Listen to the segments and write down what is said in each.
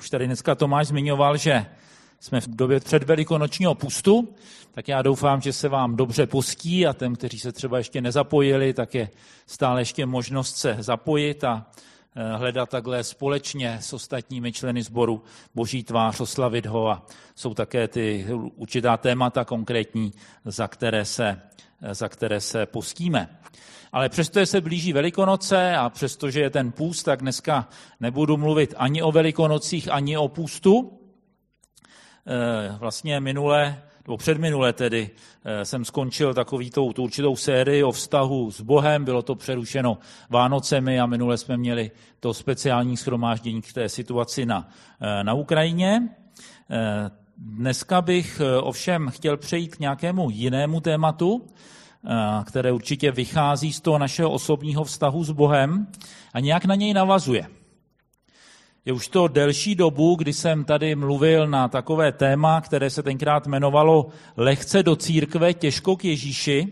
Už tady dneska Tomáš zmiňoval, že jsme v době předvelikonočního pustu, tak já doufám, že se vám dobře postí a těm, kteří se třeba ještě nezapojili, tak je stále ještě možnost se zapojit a hledat takhle společně s ostatními členy sboru Boží tvář, oslavit ho a jsou také ty určitá témata konkrétní, za které se postíme. Ale přestože se blíží Velikonoce a přestože je ten půst, tak dneska nebudu mluvit ani o Velikonocích, ani o půstu. Vlastně předminule tedy jsem skončil takovou tu určitou sérii o vztahu s Bohem, bylo to přerušeno Vánocemi a minule jsme měli to speciální shromáždění k té situaci na Ukrajině. Dneska bych ovšem chtěl přejít k nějakému jinému tématu, které určitě vychází z toho našeho osobního vztahu s Bohem a nějak na něj navazuje. Je už to delší dobu, kdy jsem tady mluvil na takové téma, které se tenkrát jmenovalo Lehce do církve, těžko k Ježíši.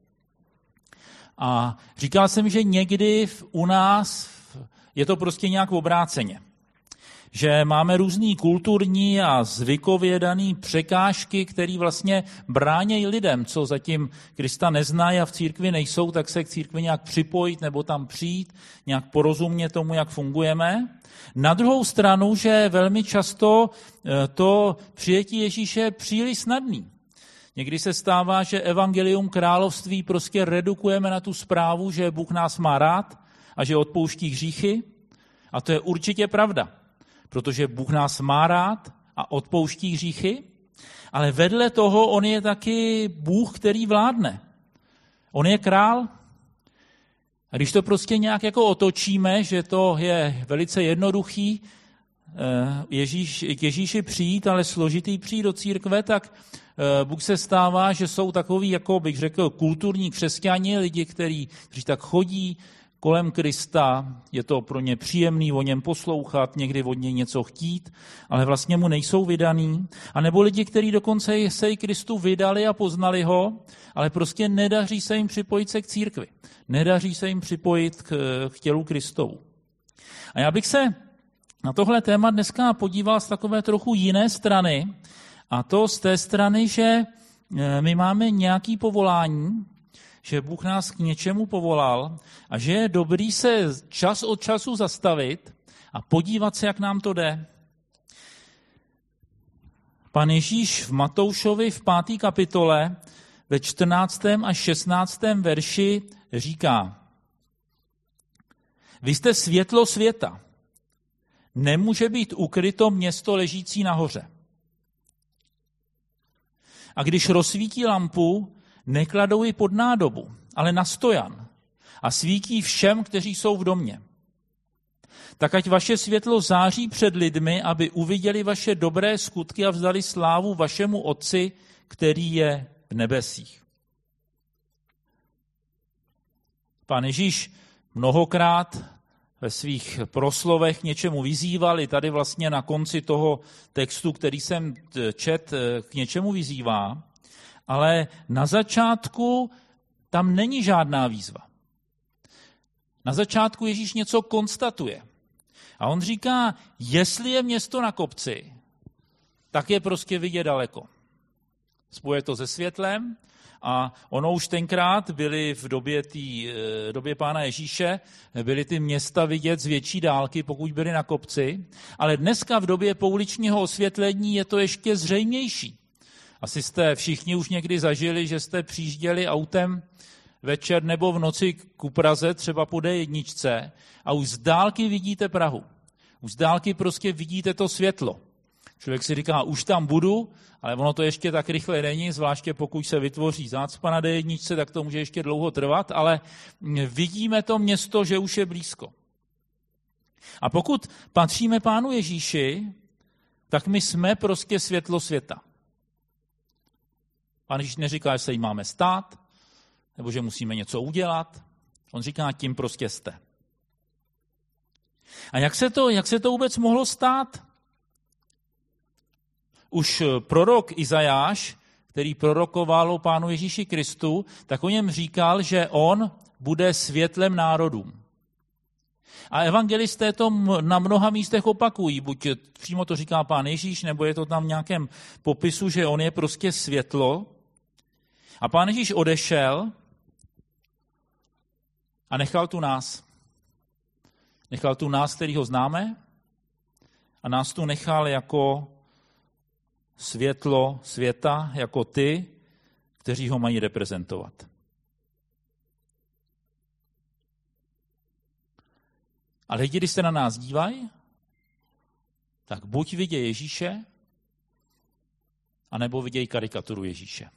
A říkal jsem, že někdy u nás je to prostě nějak obráceně. Že máme různý kulturní a zvykově daný překážky, které vlastně bránějí lidem, co zatím Krista neznají a v církvi nejsou, tak se k církvi nějak připojit nebo tam přijít, nějak porozumět tomu, jak fungujeme. Na druhou stranu, že velmi často to přijetí Ježíše je příliš snadný. Někdy se stává, že evangelium království prostě redukujeme na tu zprávu, že Bůh nás má rád a že odpouští hříchy. A to je určitě pravda, protože Bůh nás má rád a odpouští hříchy, ale vedle toho on je taky Bůh, který vládne. On je král. A když to prostě nějak jako otočíme, že to je velice jednoduchý k Ježíši přijít, ale složitý přijít do církve, tak Bůh se stává, že jsou takový, jako bych řekl, kulturní křesťani, lidi, kteří tak chodí kolem Krista, je to pro ně příjemný o něm poslouchat, někdy od něj něco chtít, ale vlastně mu nejsou vydaný. A nebo lidi, kteří dokonce se i Kristu vydali a poznali ho, ale prostě nedaří se jim připojit se k církvi. Nedaří se jim připojit k tělu Kristovu. A já bych se na tohle téma dneska podíval z takové trochu jiné strany, a to z té strany, že my máme nějaké povolání, že Bůh nás k něčemu povolal a že je dobrý se čas od času zastavit a podívat se, jak nám to jde. Pan Ježíš v Matoušovi v 5. kapitole ve 14. a 16. verši říká: Vy jste světlo světa. Nemůže být ukryto město ležící nahoře. A když rozsvítí lampu, nekladou ji pod nádobu, ale na stojan a svítí všem, kteří jsou v domě. Tak ať vaše světlo září před lidmi, aby uviděli vaše dobré skutky a vzdali slávu vašemu Otci, který je v nebesích. Pán Ježíš mnohokrát ve svých proslovech něčemu vyzýval, i tady vlastně na konci toho textu, který jsem četl, k něčemu vyzývá, ale na začátku tam není žádná výzva. Na začátku Ježíš něco konstatuje. A on říká, jestli je město na kopci, tak je prostě vidět daleko. Spoje to se světlem a ono už tenkrát byly v době Pána Ježíše, byly ty města vidět z větší dálky, pokud byly na kopci, ale dneska v době pouličního osvětlení je to ještě zřejmější. Asi jste všichni už někdy zažili, že jste přijížděli autem večer nebo v noci ku Praze, třeba po D1 a už z dálky vidíte Prahu. Už z dálky prostě vidíte to světlo. Člověk si říká, už tam budu, ale ono to ještě tak rychle není, zvláště pokud se vytvoří zácpa na D1, tak to může ještě dlouho trvat, ale vidíme to město, že už je blízko. A pokud patříme Pánu Ježíši, tak my jsme prostě světlo světa. Pán Ježíš neříká, že se jí máme stát, nebo že musíme něco udělat. On říká, tím prostě jste. A jak se to vůbec mohlo stát? Už prorok Izajáš, který prorokoval o Pánu Ježíši Kristu, tak o něm říkal, že on bude světlem národům. A evangelisté to na mnoha místech opakují, buď přímo to říká Pán Ježíš, nebo je to tam v nějakém popisu, že on je prostě světlo. A Pán Ježíš odešel a nechal tu nás. Nechal tu nás, který ho známe, a nás tu nechal jako světlo světa, jako ty, kteří ho mají reprezentovat. A lidi, když se na nás dívají, tak buď vidějí Ježíše, anebo vidějí karikaturu Ježíše.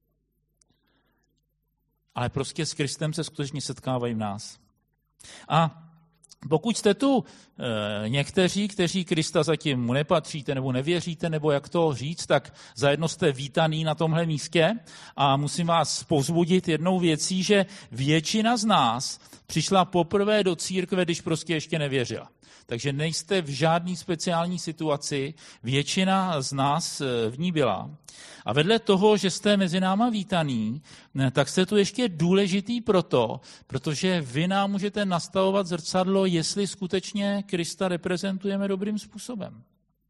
Ale prostě s Kristem se skutečně setkávají v nás. A pokud jste tu někteří, kteří Krista zatím mu nepatříte nebo nevěříte, nebo jak to říct, tak zajedno jste vítaný na tomhle místě a musím vás povzbudit jednou věcí, že většina z nás přišla poprvé do církve, když prostě ještě nevěřila. Takže nejste v žádný speciální situaci, většina z nás v ní byla. A vedle toho, že jste mezi náma vítaný, tak jste tu ještě důležitý protože vy nám můžete nastavovat zrcadlo, jestli skutečně Krista reprezentujeme dobrým způsobem.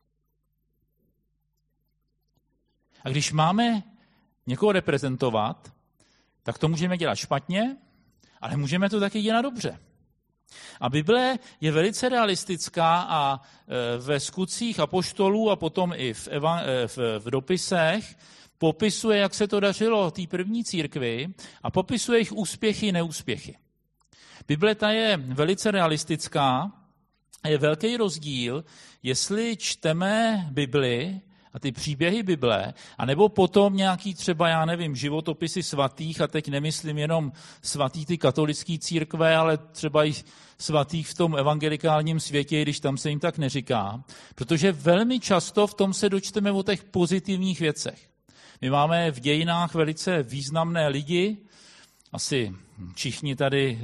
A když máme někoho reprezentovat, tak to můžeme dělat špatně, ale můžeme to taky dělat dobře. A Bible je velice realistická a ve skutcích apoštolů a potom i v dopisech popisuje, jak se to dařilo té první církvi a popisuje jejich úspěchy i neúspěchy. Bible ta je velice realistická a je velký rozdíl, jestli čteme Bibli a ty příběhy Bible, anebo potom nějaký třeba, životopisy svatých, a teď nemyslím jenom svatý ty katolické církve, ale třeba i svatých v tom evangelikálním světě, když tam se jim tak neříká, protože velmi často v tom se dočteme o těch pozitivních věcech. My máme v velice významné lidi, asi všichni tady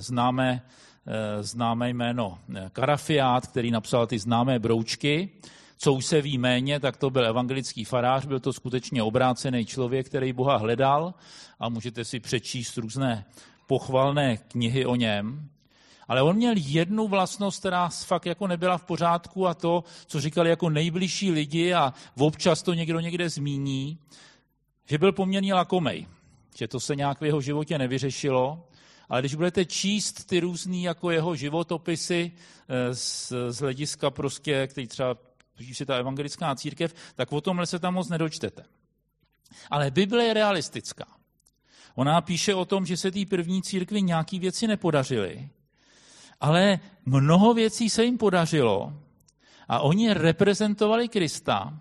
známe jméno Karafiát, který napsal ty známé broučky. Co už se ví méně, tak to byl evangelický farář, byl to skutečně obrácený člověk, který Boha hledal, a můžete si přečíst různé pochvalné knihy o něm. Ale on měl jednu vlastnost, která fakt jako nebyla v pořádku, a to, co říkali jako nejbližší lidi, a občas to někdo někde zmíní, že byl poměrně lakomej, že to se nějak v jeho životě nevyřešilo, ale když budete číst ty různý jako jeho životopisy z hlediska prostě, který třeba píše ta evangelická církev, tak o tomhle se tam moc nedočtete. Ale Bible je realistická. Ona píše o tom, že se té první církvi nějaký věci nepodařily, ale mnoho věcí se jim podařilo a oni reprezentovali Krista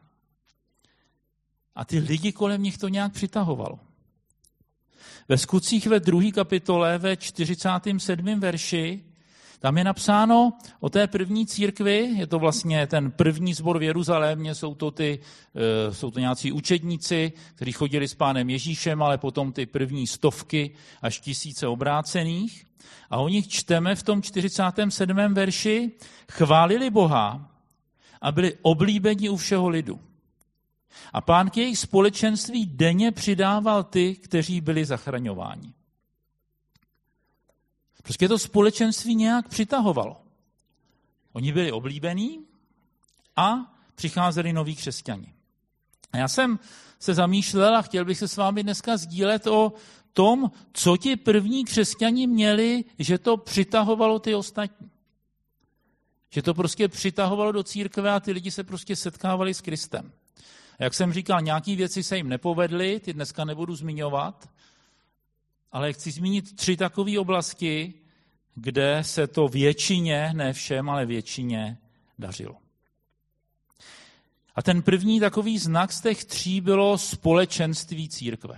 a ty lidi kolem nich to nějak přitahovalo. Ve Skutcích ve 2. kapitole ve 47. verši tam je napsáno o té první církvi, je to vlastně ten první sbor v Jeruzalémě, jsou to nějací učedníci, kteří chodili s Pánem Ježíšem, ale potom ty první 100 až 1000 obrácených. A o nich čteme v tom 47. verši, chválili Boha a byli oblíbeni u všeho lidu. A Pán k jejich společenství denně přidával ty, kteří byli zachraňováni. Prostě to společenství nějak přitahovalo. Oni byli oblíbení a přicházeli noví křesťani. A já jsem se zamýšlel a chtěl bych se s vámi dneska sdílet o tom, co ti první křesťani měli, že to přitahovalo ty ostatní. Že to prostě přitahovalo do církve a ty lidi se prostě setkávali s Kristem. A jak jsem říkal, nějaké věci se jim nepovedly, ty dneska nebudu zmiňovat, ale chci zmínit 3 takové oblasti, kde se to většině, ne všem, ale většině dařilo. A ten první takový znak z těch 3 bylo společenství církve.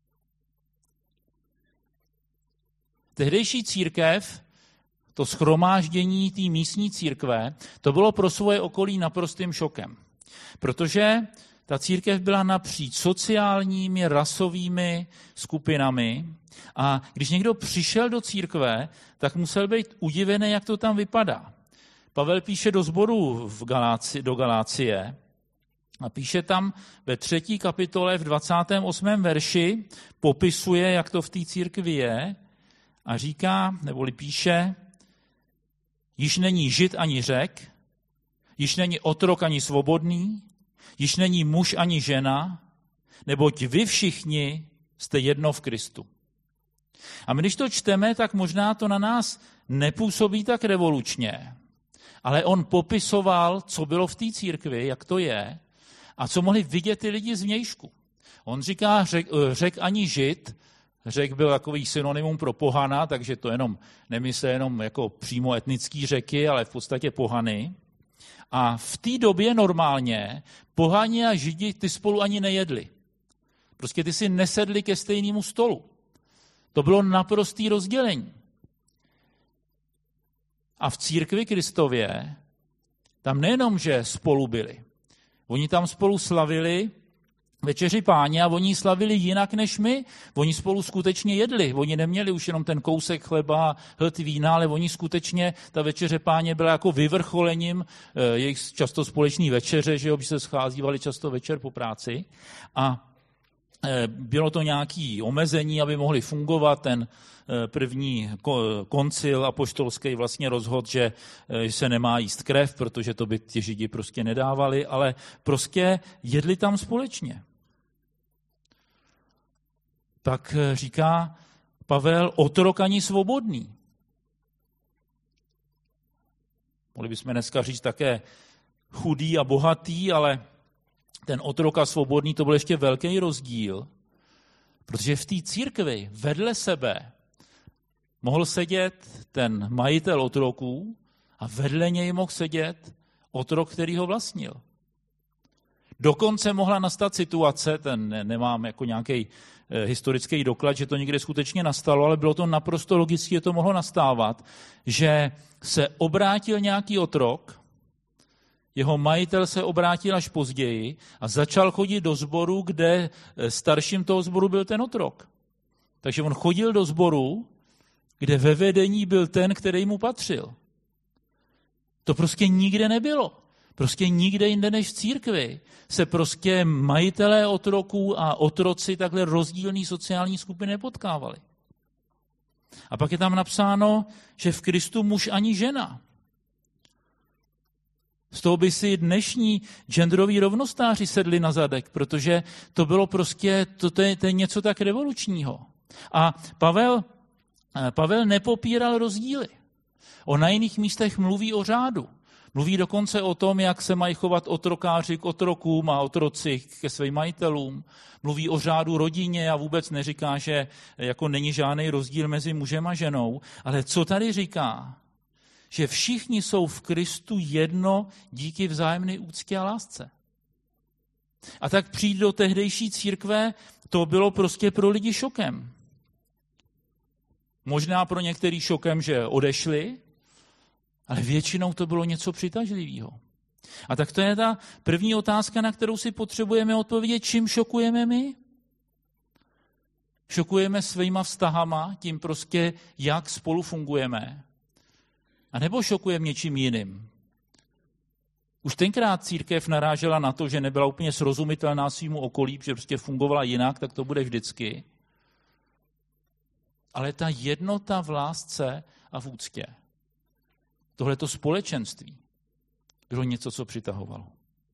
Tehdejší církev, to shromáždění té místní církve, to bylo pro svoje okolí naprostým šokem. Protože ta církev byla napříč sociálními, rasovými skupinami a když někdo přišel do církve, tak musel být udivený, jak to tam vypadá. Pavel píše do sboru do Galácie a píše tam ve 3. kapitole v 28. verši, popisuje, jak to v té církvi je a říká, neboli píše, Již není žid ani Řek, již není otrok ani svobodný, již není muž ani žena, neboť vy všichni jste jedno v Kristu. A my, když to čteme, tak možná to na nás nepůsobí tak revolučně, ale on popisoval, co bylo v té církvi, jak to je, a co mohli vidět ty lidi zvnějšku. On říká Řek ani žid. Řek byl takový synonymum pro pohana, takže to nemyslí jenom jako přímo etnický Řeky, ale v podstatě pohany. A v té době normálně pohani a židi ty spolu ani nejedli. Prostě ty si nesedli ke stejnému stolu. To bylo naprostý rozdělení. A v církvi Kristově tam nejenom, že spolu byli. Oni tam spolu slavili večeři Páně a oni slavili jinak než my. Oni spolu skutečně jedli. Oni neměli už jenom ten kousek chleba, hlty vína, ale oni skutečně, ta večeře Páně byla jako vyvrcholením jejich často společný večeře, že se scházívali často večer po práci. A bylo to nějaké omezení, aby mohli fungovat. Ten první koncil apoštolský vlastně rozhodl, že se nemá jíst krev, protože to by ti židi prostě nedávali, ale prostě jedli tam společně. Tak říká Pavel, otrok ani svobodný. Mohli bychom dneska říct také chudý a bohatý, ale ten otrok a svobodný, to byl ještě velký rozdíl, protože v té církvi vedle sebe mohl sedět ten majitel otroků a vedle něj mohl sedět otrok, který ho vlastnil. Dokonce mohla nastat situace, nemám jako nějaký historický doklad, že to někde skutečně nastalo, ale bylo to naprosto logicky, že to mohlo nastávat, že se obrátil nějaký otrok, jeho majitel se obrátil až později a začal chodit do sboru, kde starším toho sboru byl ten otrok. Takže on chodil do sboru, kde ve vedení byl ten, který mu patřil. To prostě nikde nebylo. Prostě nikde jinde než v církvi se prostě majitelé otroků a otroci takhle rozdílný sociální skupiny nepotkávali. A pak je tam napsáno, že v Kristu muž ani žena. Z toho by si dnešní genderoví rovnostáři sedli na zadek, protože to bylo prostě, to je něco tak revolučního. A Pavel nepopíral rozdíly. On na jiných místech mluví o řádu. Mluví dokonce o tom, jak se mají chovat otrokáři k otrokům a otroci ke svým majitelům. Mluví o řádu rodině a vůbec neříká, že jako není žádný rozdíl mezi mužem a ženou. Ale co tady říká? Že všichni jsou v Kristu jedno díky vzájemné úctě a lásce. A tak přijít do tehdejší církve, to bylo prostě pro lidi šokem. Možná pro některý šokem, že odešli, ale většinou to bylo něco přitažlivého. A tak to je ta první otázka, na kterou si potřebujeme odpovědět, čím šokujeme my? Šokujeme svýma vztahama, tím prostě, jak spolu fungujeme. A nebo šokujeme něčím jiným? Už tenkrát církev narážela na to, že nebyla úplně srozumitelná svýmu okolí, že prostě fungovala jinak, tak to bude vždycky. Ale ta jednota v lásce a v úctě, tohleto společenství, bylo něco, co přitahovalo.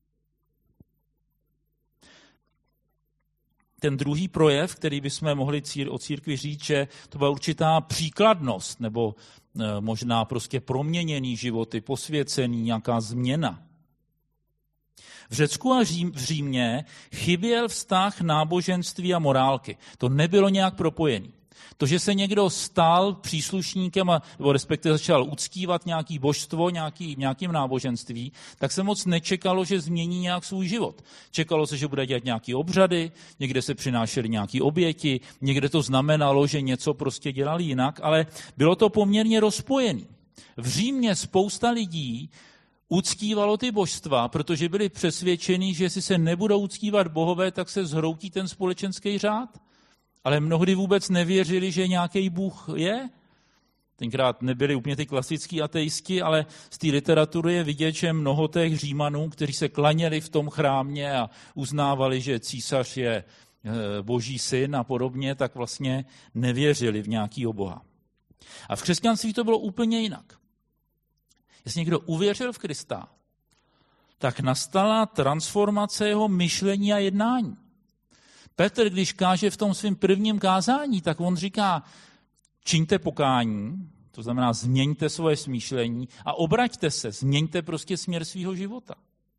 Ten druhý projev, který bychom mohli o církvi říct, že to byla určitá příkladnost, nebo možná prostě proměněný životy, posvěcený, nějaká změna. V Řecku a v Římě chyběl vztah náboženství a morálky. To nebylo nějak propojený. To, že se někdo stal příslušníkem, nebo respektive začal uctívat nějaký božstvo, nějakým náboženství, tak se moc nečekalo, že změní nějak svůj život. Čekalo se, že bude dělat nějaké obřady, někde se přinášely nějaké oběti, někde to znamenalo, že něco prostě dělal jinak, ale bylo to poměrně rozpojené. V Římě spousta lidí uctívalo ty božstva, protože byli přesvědčeni, že jestli se nebudou uctívat bohové, tak se zhroutí ten společenský řád. Ale mnohdy vůbec nevěřili, že nějaký Bůh je. Tenkrát nebyli úplně ty klasický ateisti, ale z té literatury je vidět, že mnoho těch Římanů, kteří se klaněli v tom chrámě a uznávali, že císař je boží syn a podobně, tak vlastně nevěřili v nějakýho boha. A v křesťanství to bylo úplně jinak. Jestli někdo uvěřil v Krista, tak nastala transformace jeho myšlení a jednání. Petr, když káže v tom svém prvním kázání, tak on říká, čiňte pokání, to znamená změňte svoje smýšlení a obraťte se, změňte prostě směr svého života.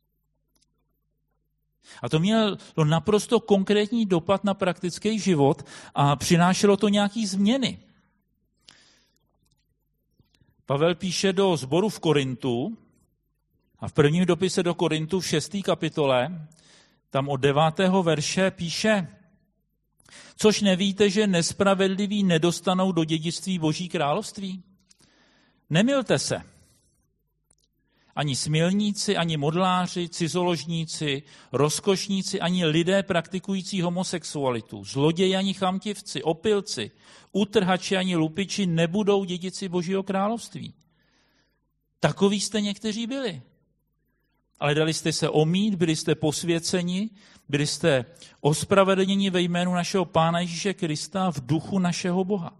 A to mělo naprosto konkrétní dopad na praktický život a přinášelo to nějaký změny. Pavel píše do sboru v Korintu a v prvním dopise do Korintu v 6. kapitole, tam od 9. verše píše, což nevíte, že nespravedliví nedostanou do dědictví Boží království? Nemylte se. Ani smilníci, ani modláři, cizoložníci, rozkošníci, ani lidé praktikující homosexualitu, zloději ani chamtivci, opilci, utrhači ani lupiči nebudou dědici Božího království. Takoví jste někteří byli. Ale dali jste se omýt, byli jste posvěceni, byli jste ospravedlněni ve jménu našeho Pána Ježíše Krista v duchu našeho Boha.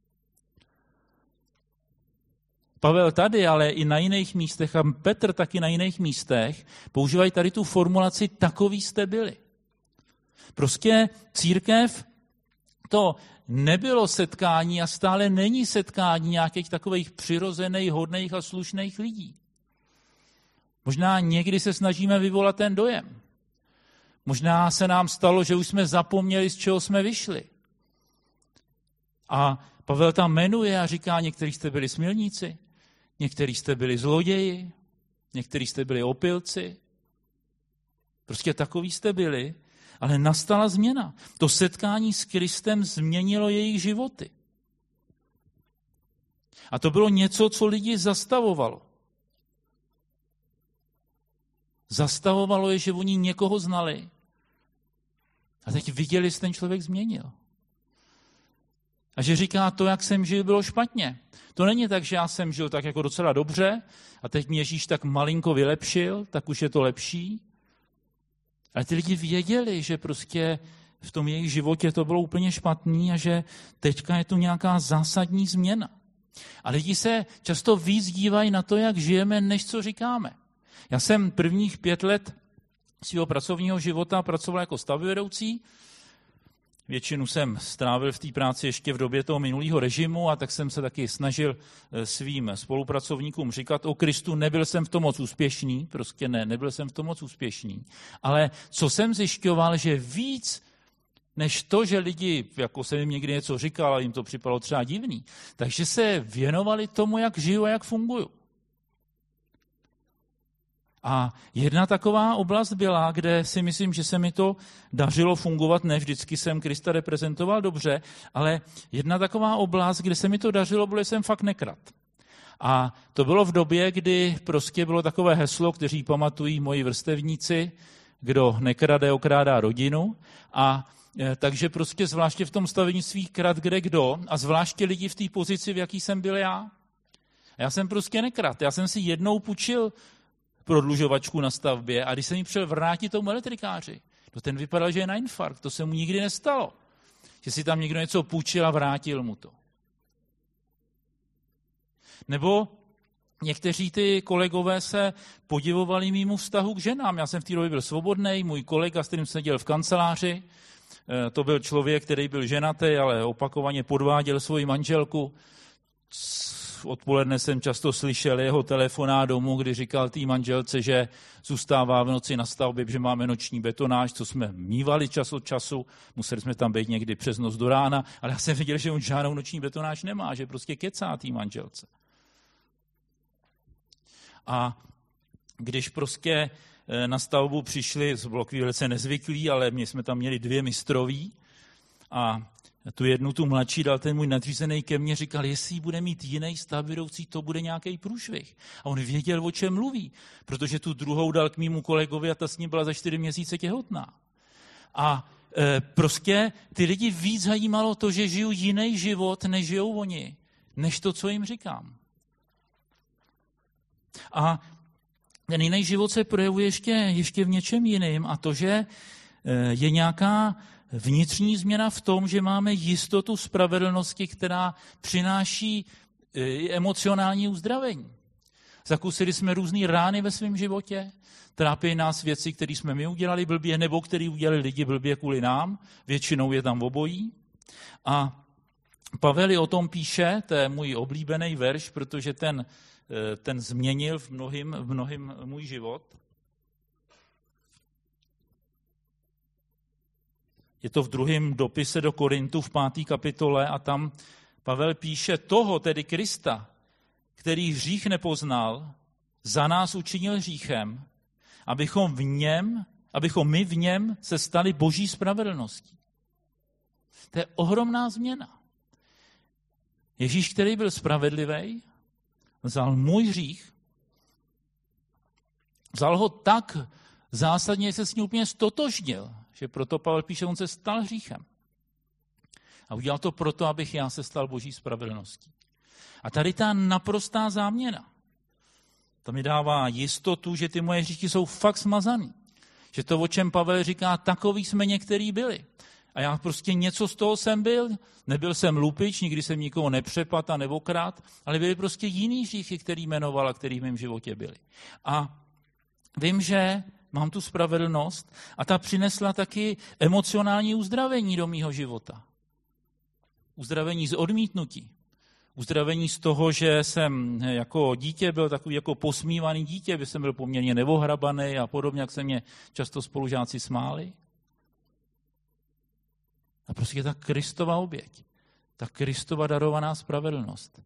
Pavel tady, ale i na jiných místech a Petr taky na jiných místech používají tady tu formulaci takový jste byli. Prostě církev to nebylo setkání a stále není setkání nějakých takových přirozených, hodných a slušných lidí. Možná někdy se snažíme vyvolat ten dojem. Možná se nám stalo, že už jsme zapomněli, z čeho jsme vyšli. A Pavel tam jmenuje a říká, někteří jste byli smilníci, někteří jste byli zloději, někteří jste byli opilci. Prostě takový jste byli, ale nastala změna. To setkání s Kristem změnilo jejich životy. A to bylo něco, co lidi zastavovalo. Zastavovalo je, že oni někoho znali. A teď viděli, že ten člověk změnil. A že říká, to, jak jsem žil, bylo špatně. To není tak, že já jsem žil tak jako docela dobře a teď mě Ježíš tak malinko vylepšil, tak už je to lepší. Ale ty lidi věděli, že prostě v tom jejich životě to bylo úplně špatný a že teďka je tu nějaká zásadní změna. A lidi se často víc dívají na to, jak žijeme, než co říkáme. Já jsem prvních 5 let svého pracovního života pracoval jako stavbyvedoucí. Většinu jsem strávil v té práci ještě v době toho minulého režimu a tak jsem se taky snažil svým spolupracovníkům říkat o Kristu, nebyl jsem v tom moc úspěšný, prostě nebyl jsem v tom moc úspěšný. Ale co jsem zjišťoval, že víc než to, že lidi, jako jsem jim někdy něco říkal a jim to připadalo třeba divný, takže se věnovali tomu, jak žiju a jak funguju. A jedna taková oblast byla, kde si myslím, že se mi to dařilo fungovat, ne vždycky jsem Krista reprezentoval dobře, ale jedna taková oblast, kde se mi to dařilo, bylo, že jsem fakt nekradl. A to bylo v době, kdy prostě bylo takové heslo, kteří pamatují moji vrstevníci, kdo nekrade, okrádá rodinu. A takže prostě zvláště v tom stavebnictví krad kde kdo a zvláště lidi v té pozici, v jaký jsem byl já. Já jsem prostě nekradl. Já jsem si jednou půjčil prodlužovačku na stavbě a když jsem ji přišel vrátit tomu elektrikáři, to ten vypadal, že je na infarkt. To se mu nikdy nestalo. Že si tam někdo něco půjčil a vrátil mu to. Nebo někteří ty kolegové se podivovali mému vztahu k ženám. Já jsem v té době byl svobodný, můj kolega, s kterým jsem seděl v kanceláři, to byl člověk, který byl ženatý, ale opakovaně podváděl svoji manželku. Odpoledne jsem často slyšel jeho telefonát domů, kdy říkal té manželce, že zůstává v noci na stavbě, že máme noční betonáž, co jsme mívali čas od času, museli jsme tam být někdy přes noc do rána, ale já jsem viděl, že on žádnou noční betonáž nemá, že prostě kecá té manželce. A když prostě na stavbu přišli, to bylo velice nezvyklý, ale my jsme tam měli 2 mistroví a tu jednu, tu mladší, dal ten můj nadřízený ke mně, říkal, jestli bude mít jiný stavbyvedoucí, to bude nějaký průšvih. A on věděl, o čem mluví, protože tu druhou dal k mému kolegovi a ta s ním byla za 4 měsíce těhotná. A prostě ty lidi víc zajímalo to, že žiju jiný život, než žijou oni, než to, co jim říkám. A ten jiný život se projevuje ještě v něčem jiném a to, že je nějaká vnitřní změna v tom, že máme jistotu spravedlnosti, která přináší emocionální uzdravení. Zakusili jsme různý rány ve svém životě, trápí nás věci, které jsme my udělali blbě, nebo které udělali lidi blbě kvůli nám, většinou je tam obojí. A Pavel o tom píše, to je můj oblíbený verš, protože ten změnil v mnohým můj život. Je to v 2. dopise do Korintu v 5. kapitole a tam Pavel píše, toho, tedy Krista, který hřích nepoznal, za nás učinil hříchem, abychom my v něm se stali boží spravedlností. To je ohromná změna. Ježíš, který byl spravedlivý, vzal můj hřích, vzal ho tak zásadně, že se s ním úplně stotožnil, že proto Pavel píše, on se stal hříchem. A udělal to proto, abych já se stal boží spravedlností. A tady ta naprostá záměna, to mi dává jistotu, že ty moje hříchy jsou fakt smazaný. Že to, o čem Pavel říká, takový jsme některý byli. A já prostě něco z toho jsem byl. Nebyl jsem lupič, nikdy jsem nikoho nepřepadl a neokradl, ale byly prostě jiný hříchy, který jmenoval a který v mém životě byly. A vím, že mám tu spravedlnost a ta přinesla taky emocionální uzdravení do mýho života. Uzdravení z odmítnutí. Uzdravení z toho, že jsem jako dítě byl takový jako posmívaný dítě, že jsem byl poměrně neohrabaný a podobně, jak se mě často spolužáci smáli. A prostě ta Kristova oběť, ta Kristova darovaná spravedlnost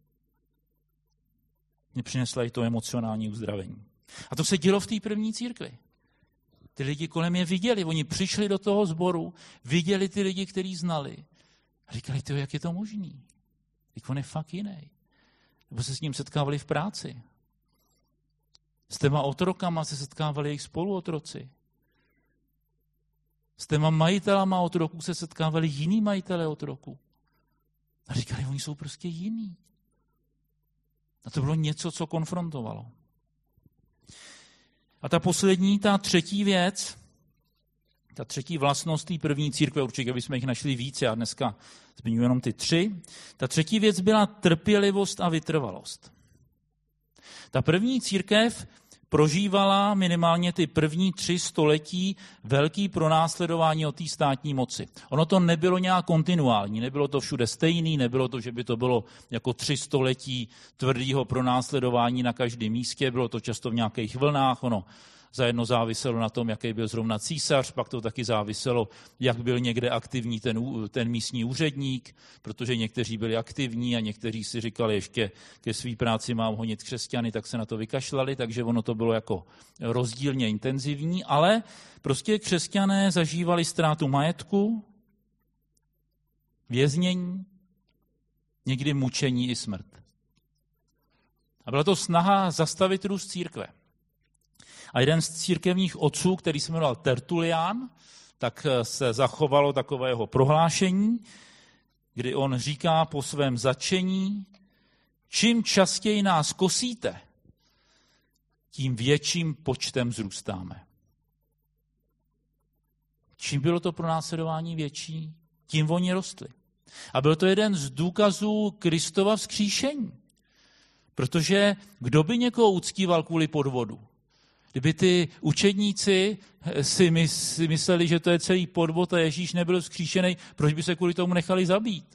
mě přinesla i to emocionální uzdravení. A to se dělo v té první církvi. Ty lidi kolem je viděli, oni přišli do toho sboru, viděli ty lidi, který znali a říkali, tyjo, jak je to možný? Teď on je fakt jiný. Nebo se s ním setkávali v práci. S těma otrokama se setkávali jejich spoluotroci. S těma majitelama otroků se setkávali jiní majitelé otroků. A říkali, oni jsou prostě jiní. A to bylo něco, co konfrontovalo. A ta poslední, ta třetí věc, ta třetí vlastnost té první církve, určitě bychom jich našli víc, já dneska zmiňuji jenom ty 3. Ta třetí věc byla trpělivost a vytrvalost. Ta první církev prožívala minimálně ty první 3 století velký pronásledování od té státní moci. Ono to nebylo nějak kontinuální, nebylo to všude stejný, nebylo to, že by to bylo jako 3 století tvrdého pronásledování na každém místě, bylo to často v nějakých vlnách, ono zajedno záviselo na tom, jaký byl zrovna císař, pak to taky záviselo, jak byl někde aktivní ten místní úředník, protože někteří byli aktivní a někteří si říkali, ještě ke své práci mám honit křesťany, tak se na to vykašlali, takže ono to bylo jako rozdílně intenzivní, ale prostě křesťané zažívali ztrátu majetku, věznění, někdy mučení i smrt. A byla to snaha zastavit růst církve. A jeden z církevních otců, který se jmenoval Tertulián, tak se zachovalo takové jeho prohlášení, kdy on říká po svém zatčení, čím častěji nás kosíte, tím větším počtem vzrůstáme. Čím bylo to pronásledování větší, tím oni rostli. A byl to jeden z důkazů Kristova vzkříšení. Protože kdo by někoho uctíval kvůli podvodu? Kdyby ty učedníci si mysleli, že to je celý podvod a Ježíš nebyl vzkříšený, proč by se kvůli tomu nechali zabít?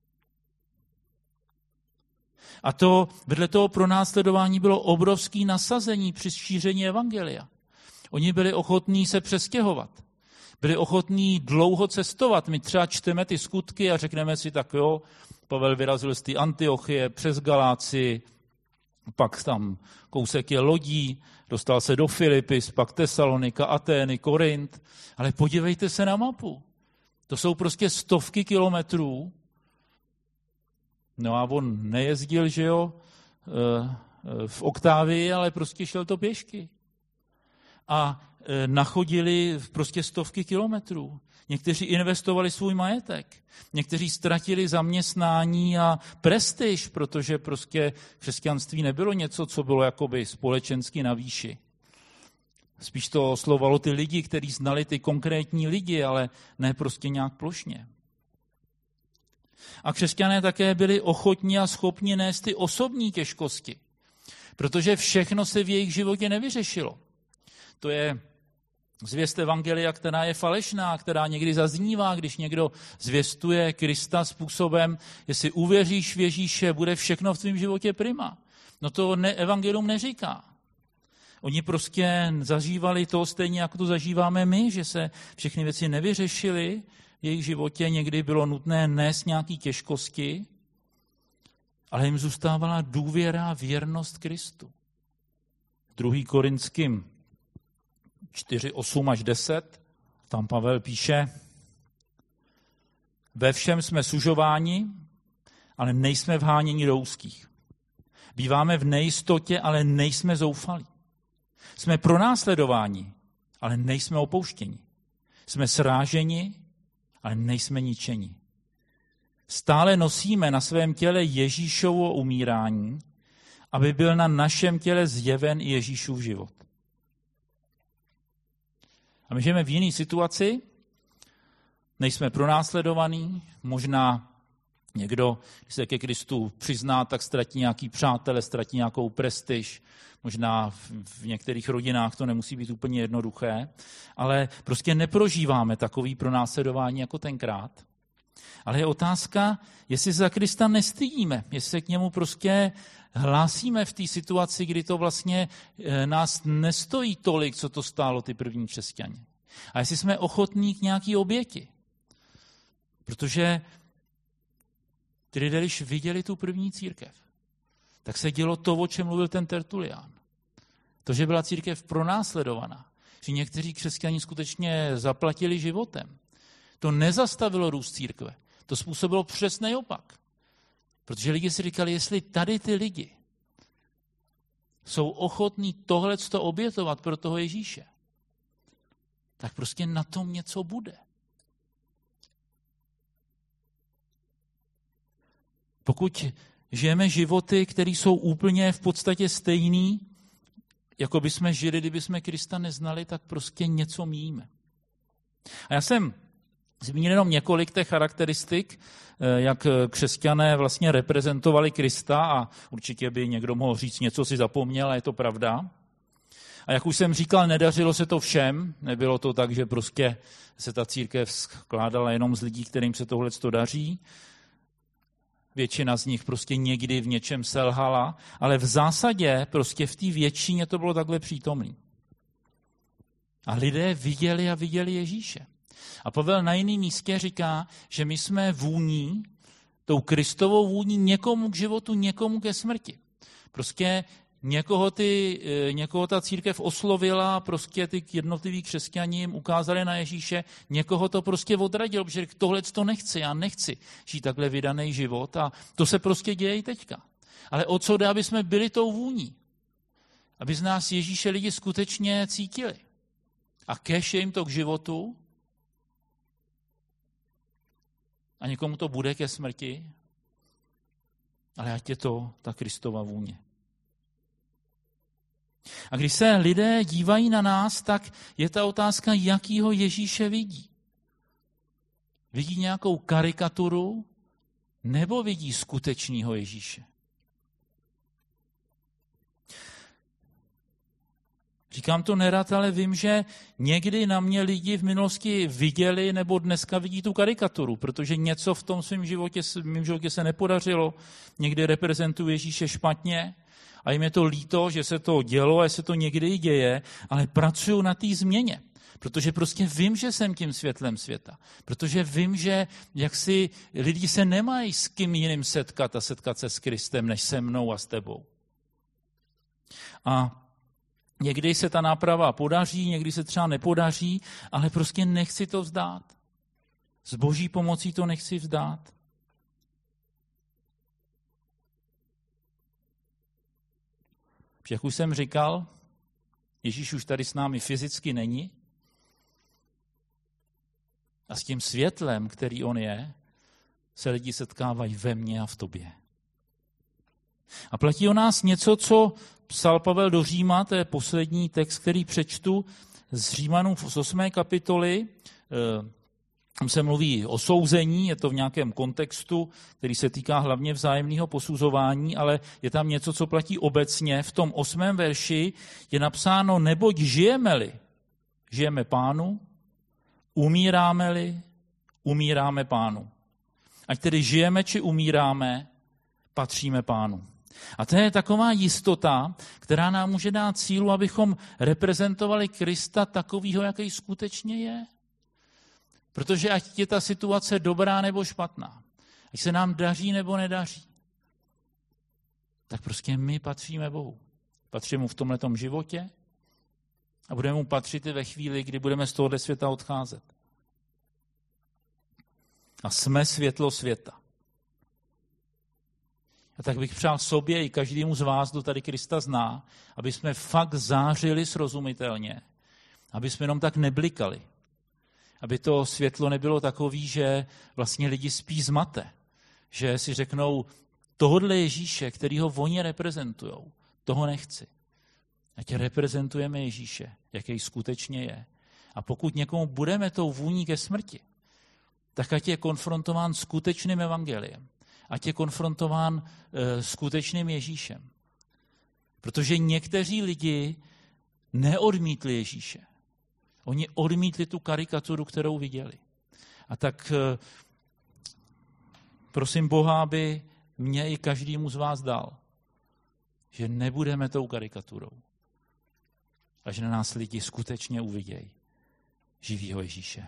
A to vedle toho pronásledování bylo obrovské nasazení při šíření evangelia. Oni byli ochotní se přestěhovat. Byli ochotní dlouho cestovat. My třeba čteme ty skutky a řekneme si, tak jo, Pavel vyrazil z té Antiochie přes Galácii, pak tam kousek je lodí, dostal se do Filipis, pak Tesalonika, Atény, Korint. Ale podívejte se na mapu. To jsou prostě stovky kilometrů. No a on nejezdil, že jo, v Oktávii, ale prostě šel to pěšky. A nachodili prostě stovky kilometrů. Někteří investovali svůj majetek. Někteří ztratili zaměstnání a prestiž, protože prostě křesťanství nebylo něco, co bylo jakoby společensky na výši. Spíš to oslovalo ty lidi, kteří znali ty konkrétní lidi, ale ne prostě nějak plošně. A křesťané také byli ochotní a schopni nést ty osobní těžkosti. Protože všechno se v jejich životě nevyřešilo. To je zvěst evangelia, která je falešná, která někdy zaznívá, když někdo zvěstuje Krista způsobem, jestli uvěříš v Ježíše, bude všechno v tvém životě prima. No to evangelium neříká. Oni prostě zažívali to stejně, jako to zažíváme my, že se všechny věci nevyřešily v jejich životě, někdy bylo nutné nést nějaké těžkosti, ale jim zůstávala důvěra a věrnost Kristu. 2. Korinským 4, 8 až 10, tam Pavel píše, ve všem jsme sužováni, ale nejsme vháněni do úzkých. Býváme v nejistotě, ale nejsme zoufalí. Jsme pronásledováni, ale nejsme opouštěni. Jsme sráženi, ale nejsme ničeni. Stále nosíme na svém těle Ježíšovo umírání, aby byl na našem těle zjeven i Ježíšův život. A my žijeme v jiné situaci, nejsme pronásledovaní, možná někdo, když se ke Kristu přizná, tak ztratí nějaký přátele, ztratí nějakou prestiž, možná v některých rodinách to nemusí být úplně jednoduché, ale prostě neprožíváme takový pronásledování jako tenkrát. Ale je otázka, jestli se za Krista nestydíme, jestli se k němu prostě hlásíme v té situaci, kdy to vlastně nás nestojí tolik, co to stálo ty první křesťani. A jestli jsme ochotní k nějaký oběti. Protože ty lidé, když viděli tu první církev, tak se dělo to, o čem mluvil ten Tertulián. To, že byla církev pronásledovaná, že někteří křesťani skutečně zaplatili životem. To nezastavilo růst církve. To způsobilo přesný opak. Protože lidi si říkali, jestli tady ty lidi jsou ochotní tohleto obětovat pro toho Ježíše, tak prostě na tom něco bude. Pokud žijeme životy, které jsou úplně v podstatě stejný, jako bychom žili, kdyby jsme Krista neznali, tak prostě něco míjíme. A já jsem zmínil jenom několik těch charakteristik, jak křesťané vlastně reprezentovali Krista a určitě by někdo mohl říct, něco si zapomněl a je to pravda. A jak už jsem říkal, nedařilo se to všem, nebylo to tak, že prostě se ta církev skládala jenom z lidí, kterým se tohleto daří. Většina z nich prostě někdy v něčem selhala, ale v zásadě prostě v té většině to bylo takhle přítomný. A lidé viděli a viděli Ježíše. A Pavel na jiném místě říká, že my jsme vůní, tou Kristovou vůní někomu k životu, někomu ke smrti. Prostě někoho ta církev oslovila, prostě ty jednotliví křesťani jim ukázali na Ježíše, někoho to prostě odradil, protože tohle to nechci, já nechci žít takhle vydaný život a to se prostě děje i teďka. Ale o co jde, aby jsme byli tou vůní? Aby z nás Ježíše lidi skutečně cítili. A kéž je jim to k životu a někomu to bude ke smrti, ale ať je to ta Kristova vůně. A když se lidé dívají na nás, tak je ta otázka, jakýho Ježíše vidí. Vidí nějakou karikaturu nebo vidí skutečného Ježíše? Říkám to nerad, ale vím, že někdy na mě lidi v minulosti viděli nebo dneska vidí tu karikaturu, protože něco v tom svém životě se nepodařilo. Někdy reprezentuji Ježíše špatně a jim je to líto, že se to dělo a se to někdy i děje, ale pracuju na té změně. Protože prostě vím, že jsem tím světlem světa. Protože vím, že jaksi lidi se nemají s kým jiným setkat a setkat se s Kristem, než se mnou a s tebou. A někdy se ta náprava podaří, někdy se třeba nepodaří, ale prostě nechci to vzdát. S Boží pomocí to nechci vzdát. Jak už jsem říkal, Ježíš už tady s námi fyzicky není a s tím světlem, který on je, se lidi setkávají ve mně a v tobě. A platí o nás něco, co psal Pavel do Říma, to je poslední text, který přečtu z Římanů z 8. kapitoly tam se mluví o souzení, je to v nějakém kontextu, který se týká hlavně vzájemného posuzování, ale je tam něco, co platí obecně. V tom 8. verši je napsáno, neboť žijeme-li, žijeme Pánu, umíráme-li, umíráme Pánu. Ať tedy žijeme, či umíráme, patříme Pánu. A to je taková jistota, která nám může dát sílu, abychom reprezentovali Krista takovýho, jaký skutečně je. Protože ať je ta situace dobrá nebo špatná, ať se nám daří nebo nedaří, tak prostě my patříme Bohu. Patříme mu v tomhletom životě a budeme mu patřit i ve chvíli, kdy budeme z tohoto světa odcházet. A jsme světlo světa. A tak bych přál sobě i každému z vás, kdo tady Krista zná, aby jsme fakt zářili srozumitelně, aby jsme jenom tak neblikali. Aby to světlo nebylo takový, že vlastně lidi spí zmate. Že si řeknou, tohodle Ježíše, kterýho oni reprezentujou, toho nechci. Ať reprezentujeme Ježíše, jaký skutečně je. A pokud někomu budeme tou vůní ke smrti, tak ať je konfrontován skutečným evangeliem. Ať je konfrontován skutečným Ježíšem. Protože někteří lidi neodmítli Ježíše. Oni odmítli tu karikaturu, kterou viděli. A tak prosím Boha, aby mě i každému z vás dal, že nebudeme tou karikaturou. A že na nás lidi skutečně uvidějí živýho Ježíše.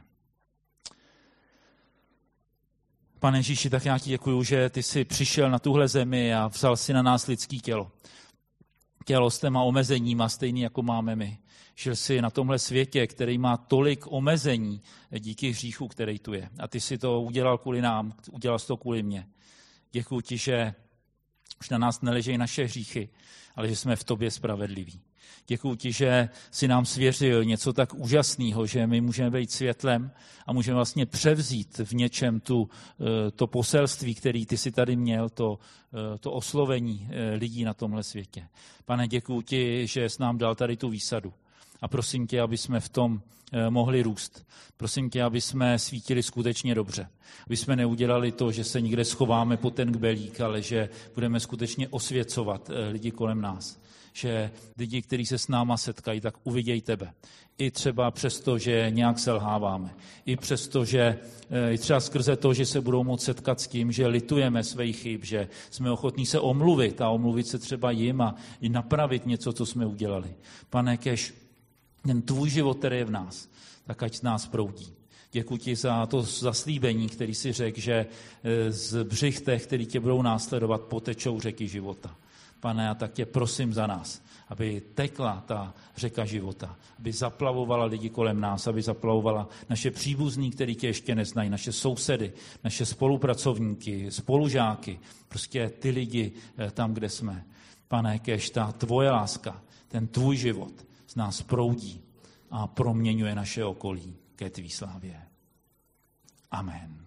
Pane Ježíši, tak já ti děkuju, že ty jsi přišel na tuhle zemi a vzal si na nás lidský tělo. Tělo s těma omezeníma, stejný jako máme my. Žil jsi na tomhle světě, který má tolik omezení díky hříchu, který tu je. A ty jsi to udělal kvůli nám, udělal jsi to kvůli mně. Děkuju ti, že už na nás neležejí naše hříchy, ale že jsme v tobě spravedliví. Děkuju ti, že jsi nám svěřil něco tak úžasného, že my můžeme být světlem a můžeme vlastně převzít v něčem to poselství, který ty jsi tady měl, to oslovení lidí na tomhle světě. Pane, děkuju ti, že jsi nám dal tady tu výsadu. A prosím tě, aby jsme v tom mohli růst. Prosím tě, aby jsme svítili skutečně dobře. Aby jsme neudělali to, že se někde schováme pod ten kbelík, ale že budeme skutečně osvěcovat lidi kolem nás. Že lidi, kteří se s náma setkají, tak uvidějí tebe. I třeba přesto, že nějak selháváme. I přesto, že i třeba skrze to, že se budou moct setkat s tím, že litujeme svých chyb, že jsme ochotní se omluvit a omluvit se třeba jim a i napravit něco, co jsme udělali. Pane, kež ten tvůj život, který je v nás, tak ať z nás proudí. Děkuji ti za to zaslíbení, který si řekl, že z břichtech, který tě budou následovat, potečou řeky života. Pane, a tak tě prosím za nás, aby tekla ta řeka života, aby zaplavovala lidi kolem nás, aby zaplavovala naše příbuzní, který tě ještě neznají, naše sousedy, naše spolupracovníky, spolužáky, prostě ty lidi tam, kde jsme. Pane, kež ta tvoje láska, ten tvůj život z nás proudí a proměňuje naše okolí ke tvý slávě. Amen.